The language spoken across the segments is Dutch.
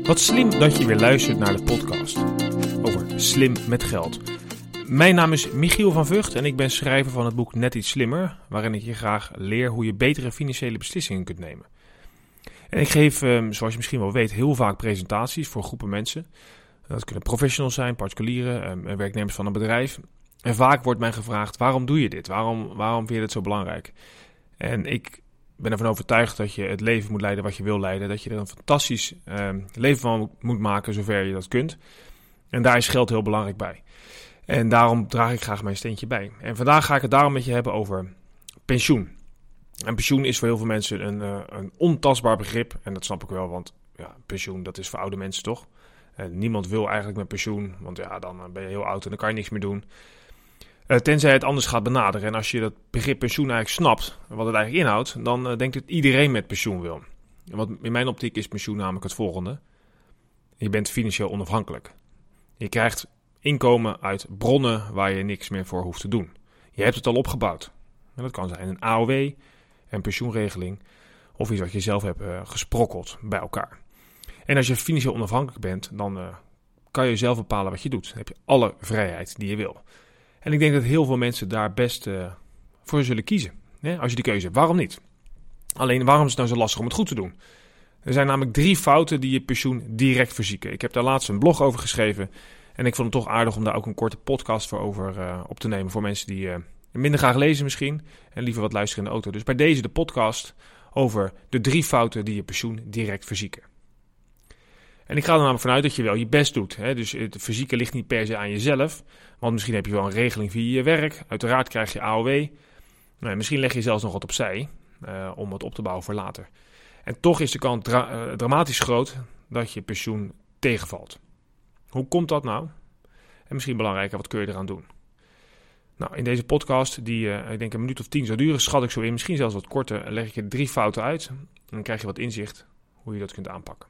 Wat slim dat je weer luistert naar de podcast over slim met geld. Mijn naam is Michiel van Vught en ik ben schrijver van het boek Net iets slimmer, waarin ik je graag leer hoe je betere financiële beslissingen kunt nemen. En ik geef, zoals je misschien wel weet, heel vaak presentaties voor groepen mensen. Dat kunnen professionals zijn, particulieren, werknemers van een bedrijf. En vaak wordt mij gevraagd, waarom doe je dit? Waarom vind je dit zo belangrijk? En ik ben ervan overtuigd dat je het leven moet leiden wat je wil leiden. Dat je er een fantastisch leven van moet maken, zover je dat kunt. En daar is geld heel belangrijk bij. En daarom draag ik graag mijn steentje bij. En vandaag ga ik het daarom met je hebben over pensioen. En pensioen is voor heel veel mensen een ontastbaar begrip. En dat snap ik wel, want ja, pensioen, dat is voor oude mensen toch? Niemand wil eigenlijk met pensioen, want ja, dan ben je heel oud en dan kan je niks meer doen. Tenzij je het anders gaat benaderen. En als je dat begrip pensioen eigenlijk snapt, wat het eigenlijk inhoudt, dan denkt dat iedereen met pensioen wil. Want in mijn optiek is pensioen namelijk het volgende. Je bent financieel onafhankelijk. Je krijgt inkomen uit bronnen waar je niks meer voor hoeft te doen. Je hebt het al opgebouwd. En dat kan zijn een AOW, een pensioenregeling of iets wat je zelf hebt gesprokkeld bij elkaar. En als je financieel onafhankelijk bent, dan kan je zelf bepalen wat je doet. Dan heb je alle vrijheid die je wil. En ik denk dat heel veel mensen daar best voor zullen kiezen. Als je die keuze hebt, waarom niet? Alleen, waarom is het nou zo lastig om het goed te doen? Er zijn namelijk 3 fouten die je pensioen direct verzieken. Ik heb daar laatst een blog over geschreven. En ik vond het toch aardig om daar ook een korte podcast voor over op te nemen. Voor mensen die minder graag lezen misschien. En liever wat luisteren in de auto. Dus bij deze de podcast over de 3 fouten die je pensioen direct verzieken. En ik ga er namelijk vanuit dat je wel je best doet. Hè? Dus het verzieken ligt niet per se aan jezelf. Want misschien heb je wel een regeling via je werk. Uiteraard krijg je AOW. Misschien leg je zelfs nog wat opzij om het op te bouwen voor later. En toch is de kans dramatisch groot dat je pensioen tegenvalt. Hoe komt dat nou? En misschien belangrijker, wat kun je eraan doen? Nou, in deze podcast, die ik denk een minuut of 10 zou duren, schat ik zo in, misschien zelfs wat korter, leg ik je 3 fouten uit. En dan krijg je wat inzicht hoe je dat kunt aanpakken.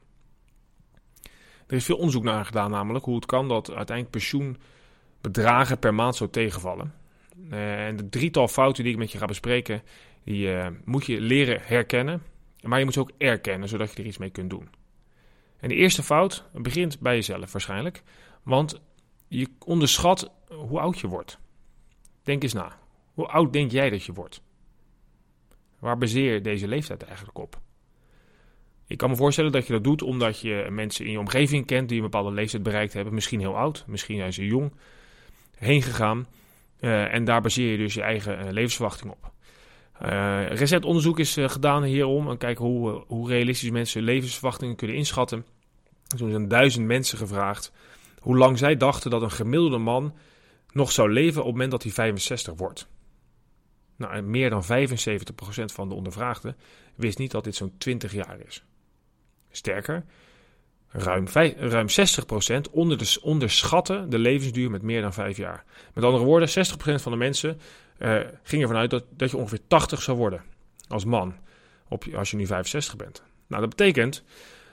Er is veel onderzoek naar gedaan namelijk, hoe het kan dat uiteindelijk pensioenbedragen per maand zo tegenvallen. En de 3-tal fouten die ik met je ga bespreken, die moet je leren herkennen. Maar je moet ze ook erkennen, zodat je er iets mee kunt doen. En de eerste fout begint bij jezelf waarschijnlijk. Want je onderschat hoe oud je wordt. Denk eens na. Hoe oud denk jij dat je wordt? Waar baseer je deze leeftijd eigenlijk op? Ik kan me voorstellen dat je dat doet omdat je mensen in je omgeving kent die een bepaalde leeftijd bereikt hebben. Misschien heel oud, misschien zijn ze jong, heen gegaan. En daar baseer je dus je eigen levensverwachting op. Recent onderzoek is gedaan hierom. En kijken hoe realistisch mensen levensverwachtingen kunnen inschatten. Toen zijn 1000 mensen gevraagd hoe lang zij dachten dat een gemiddelde man nog zou leven op het moment dat hij 65 wordt. Nou, en meer dan 75% van de ondervraagden wist niet dat dit zo'n 20 jaar is. Sterker, ruim 60% onderschatten de levensduur met meer dan 5 jaar. Met andere woorden, 60% van de mensen ging ervan uit dat je ongeveer 80 zou worden als man, als je nu 65 bent. Nou, dat betekent,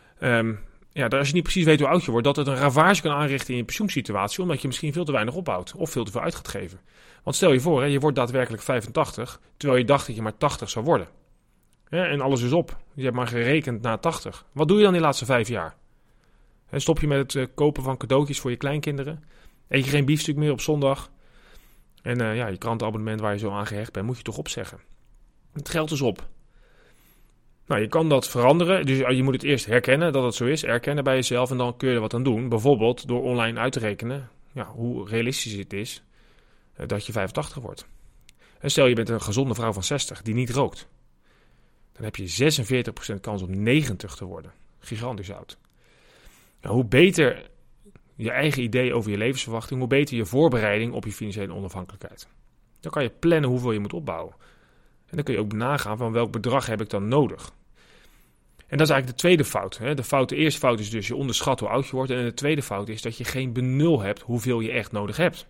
als je niet precies weet hoe oud je wordt, dat het een ravage kan aanrichten in je pensioensituatie, omdat je misschien veel te weinig opbouwt of veel te veel uit gaat geven. Want stel je voor, je wordt daadwerkelijk 85, terwijl je dacht dat je maar 80 zou worden. En alles is op. Je hebt maar gerekend na 80. Wat doe je dan die laatste 5 jaar? Stop je met het kopen van cadeautjes voor je kleinkinderen? Eet je geen biefstuk meer op zondag? En je krantenabonnement waar je zo aan gehecht bent, moet je toch opzeggen. Het geld is op. Nou, je kan dat veranderen. Dus je moet het eerst herkennen dat het zo is. Erkennen bij jezelf en dan kun je er wat aan doen. Bijvoorbeeld door online uit te rekenen hoe realistisch het is dat je 85 wordt. En stel je bent een gezonde vrouw van 60 die niet rookt. Dan heb je 46% kans om 90 te worden. Gigantisch oud. Nou, hoe beter je eigen idee over je levensverwachting, hoe beter je voorbereiding op je financiële onafhankelijkheid. Dan kan je plannen hoeveel je moet opbouwen. En dan kun je ook nagaan van welk bedrag heb ik dan nodig. En dat is eigenlijk de tweede fout. De eerste fout is dus je onderschat hoe oud je wordt. En de tweede fout is dat je geen benul hebt hoeveel je echt nodig hebt.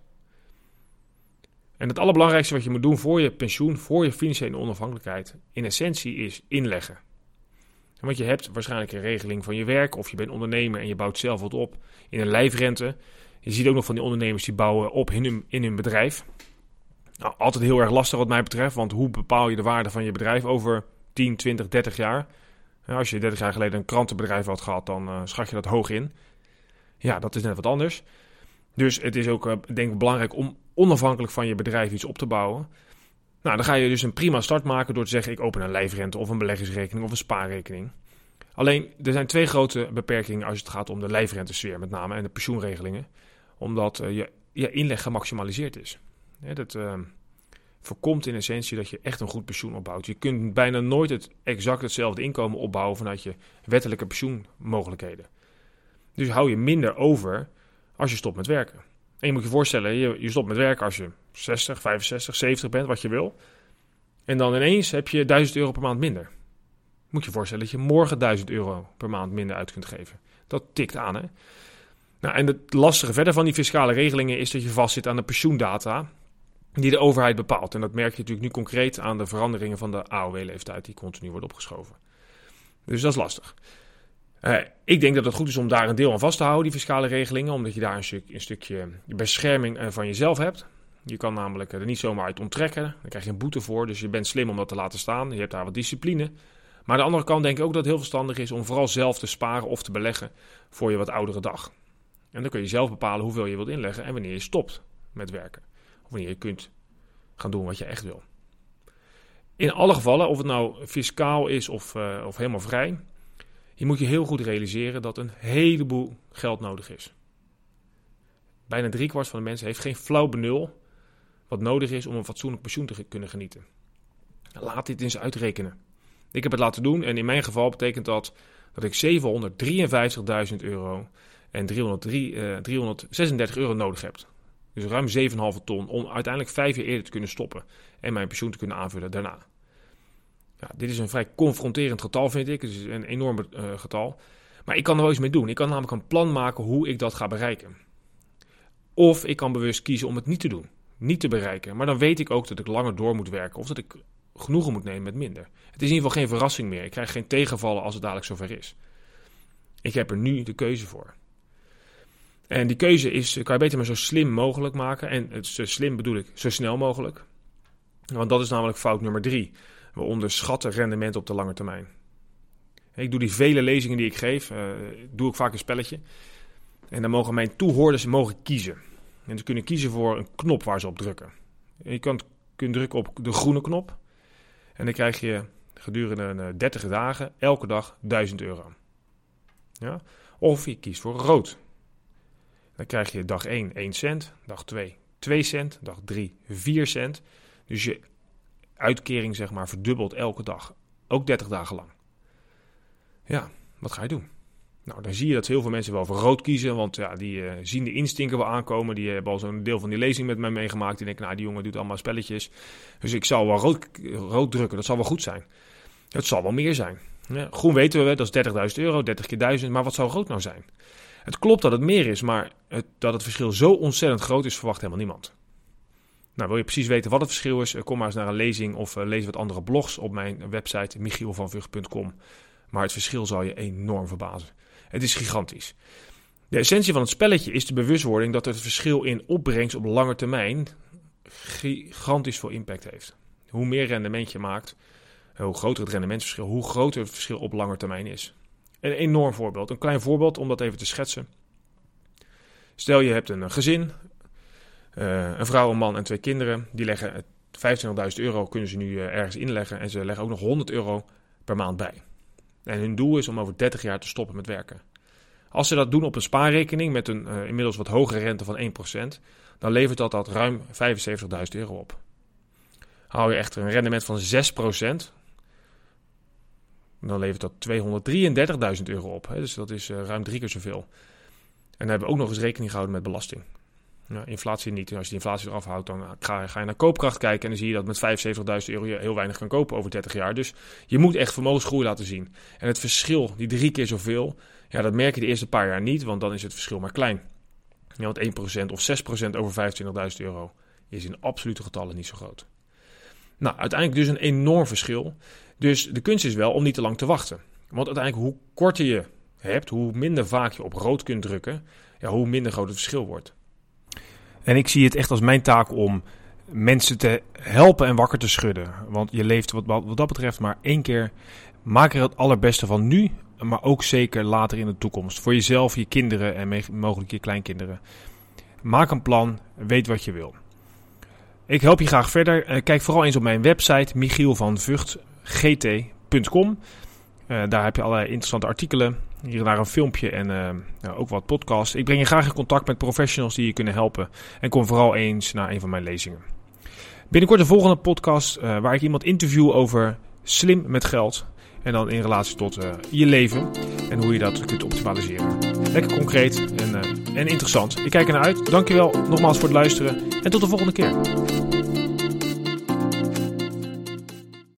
En het allerbelangrijkste wat je moet doen voor je pensioen, voor je financiële onafhankelijkheid, in essentie is inleggen. Want je hebt waarschijnlijk een regeling van je werk, of je bent ondernemer en je bouwt zelf wat op in een lijfrente. Je ziet ook nog van die ondernemers die bouwen op in hun bedrijf. Nou, altijd heel erg lastig wat mij betreft, want hoe bepaal je de waarde van je bedrijf over 10, 20, 30 jaar? Als je 30 jaar geleden een krantenbedrijf had gehad, dan schat je dat hoog in. Ja, dat is net wat anders. Dus het is ook denk ik belangrijk om onafhankelijk van je bedrijf iets op te bouwen. Nou, dan ga je dus een prima start maken door te zeggen, ik open een lijfrente of een beleggingsrekening of een spaarrekening. Alleen, er zijn 2 grote beperkingen als het gaat om de lijfrentesfeer met name en de pensioenregelingen. Omdat je inleg gemaximaliseerd is. Dat voorkomt in essentie dat je echt een goed pensioen opbouwt. Je kunt bijna nooit exact hetzelfde inkomen opbouwen vanuit je wettelijke pensioenmogelijkheden. Dus hou je minder over als je stopt met werken. En je moet je voorstellen, je stopt met werken als je 60, 65, 70 bent, wat je wil. En dan ineens heb je €1000 per maand minder. Moet je je voorstellen dat je morgen €1000 per maand minder uit kunt geven. Dat tikt aan, hè? Nou, en het lastige verder van die fiscale regelingen is dat je vastzit aan de pensioendata die de overheid bepaalt. En dat merk je natuurlijk nu concreet aan de veranderingen van de AOW-leeftijd die continu wordt opgeschoven. Dus dat is lastig. Ik denk dat het goed is om daar een deel aan vast te houden, die fiscale regelingen, omdat je daar een stukje bescherming van jezelf hebt. Je kan namelijk er niet zomaar uit onttrekken. Dan krijg je een boete voor, dus je bent slim om dat te laten staan. Je hebt daar wat discipline. Maar aan de andere kant denk ik ook dat het heel verstandig is om vooral zelf te sparen of te beleggen voor je wat oudere dag. En dan kun je zelf bepalen hoeveel je wilt inleggen en wanneer je stopt met werken. Of wanneer je kunt gaan doen wat je echt wil. In alle gevallen, of het nou fiscaal is of helemaal vrij, je moet je heel goed realiseren dat een heleboel geld nodig is. Bijna 3/4 van de mensen heeft geen flauw benul wat nodig is om een fatsoenlijk pensioen te kunnen genieten. Laat dit eens uitrekenen. Ik heb het laten doen en in mijn geval betekent dat ik €753.000 en €336 nodig heb. Dus ruim 7,5 ton om uiteindelijk 5 jaar eerder te kunnen stoppen en mijn pensioen te kunnen aanvullen daarna. Ja, dit is een vrij confronterend getal, vind ik. Het is een enorm getal. Maar ik kan er wel iets mee doen. Ik kan namelijk een plan maken hoe ik dat ga bereiken. Of ik kan bewust kiezen om het niet te doen. Niet te bereiken. Maar dan weet ik ook dat ik langer door moet werken. Of dat ik genoegen moet nemen met minder. Het is in ieder geval geen verrassing meer. Ik krijg geen tegenvallen als het dadelijk zover is. Ik heb er nu de keuze voor. En die keuze kan je beter maar zo slim mogelijk maken. En zo slim bedoel ik zo snel mogelijk. Want dat is namelijk fout nummer 3. We onderschatten rendement op de lange termijn. Ik doe die vele lezingen die ik geef, doe ik vaak een spelletje. En dan mogen mijn toehoorders kiezen. En ze kunnen kiezen voor een knop waar ze op drukken. En je kunt drukken op de groene knop. En dan krijg je gedurende 30 dagen elke dag €1000. Ja? Of je kiest voor rood. Dan krijg je dag 1 1 cent, dag 2 2 cent, dag 3 4 cent. Dus je uitkering zeg maar verdubbelt elke dag. Ook 30 dagen lang. Ja, wat ga je doen? Nou, dan zie je dat heel veel mensen wel voor rood kiezen. Want ja, die zien de instinker wel aankomen. Die hebben al zo'n deel van die lezing met mij meegemaakt. Die denken, nou, die jongen doet allemaal spelletjes. Dus ik zal wel rood drukken. Dat zal wel goed zijn. Het zal wel meer zijn. Ja, groen weten we, dat is €30.000, 30 keer 1000. Maar wat zou rood nou zijn? Het klopt dat het meer is, maar dat het verschil zo ontzettend groot is, verwacht helemaal niemand. Nou, wil je precies weten wat het verschil is? Kom maar eens naar een lezing of lees wat andere blogs op mijn website michielvanvugt.com. Maar het verschil zal je enorm verbazen. Het is gigantisch. De essentie van het spelletje is de bewustwording dat het verschil in opbrengst op lange termijn gigantisch veel impact heeft. Hoe meer rendement je maakt, hoe groter het rendementsverschil, hoe groter het verschil op lange termijn is. Een enorm voorbeeld, een klein voorbeeld om dat even te schetsen. Stel je hebt een gezin, een vrouw, een man en 2 kinderen. Die leggen €25.000 kunnen ze nu ergens inleggen en ze leggen ook nog €100 per maand bij. En hun doel is om over 30 jaar te stoppen met werken. Als ze dat doen op een spaarrekening met een inmiddels wat hogere rente van 1%, dan levert dat ruim €75.000 op. Hou je echter een rendement van 6%, dan levert dat €233.000 op. Dus dat is ruim 3 keer zoveel. En dan hebben we ook nog eens rekening gehouden met belasting. Ja, inflatie niet. Als je de inflatie eraf houdt, dan ga je naar koopkracht kijken. En dan zie je dat met €75.000 je heel weinig kan kopen over 30 jaar. Dus je moet echt vermogensgroei laten zien. En het verschil, die 3 keer zoveel, ja, dat merk je de eerste paar jaar niet. Want dan is het verschil maar klein. Ja, want 1% of 6% over €25.000 is in absolute getallen niet zo groot. Nou, uiteindelijk dus een enorm verschil. Dus de kunst is wel om niet te lang te wachten. Want uiteindelijk, hoe korter je hebt, hoe minder vaak je op rood kunt drukken, ja, hoe minder groot het verschil wordt. En ik zie het echt als mijn taak om mensen te helpen en wakker te schudden. Want je leeft wat dat betreft maar 1 keer. Maak er het allerbeste van nu, maar ook zeker later in de toekomst. Voor jezelf, je kinderen en mogelijk je kleinkinderen. Maak een plan, weet wat je wil. Ik help je graag verder. Kijk vooral eens op mijn website michielvanvugt.gt.com. Daar heb je allerlei interessante artikelen. Hier en daar een filmpje en ook wat podcasts. Ik breng je graag in contact met professionals die je kunnen helpen. En kom vooral eens naar een van mijn lezingen. Binnenkort de volgende podcast waar ik iemand interview over slim met geld. En dan in relatie tot je leven en hoe je dat kunt optimaliseren. Lekker concreet en interessant. Ik kijk ernaar uit. Dankjewel nogmaals voor het luisteren en tot de volgende keer.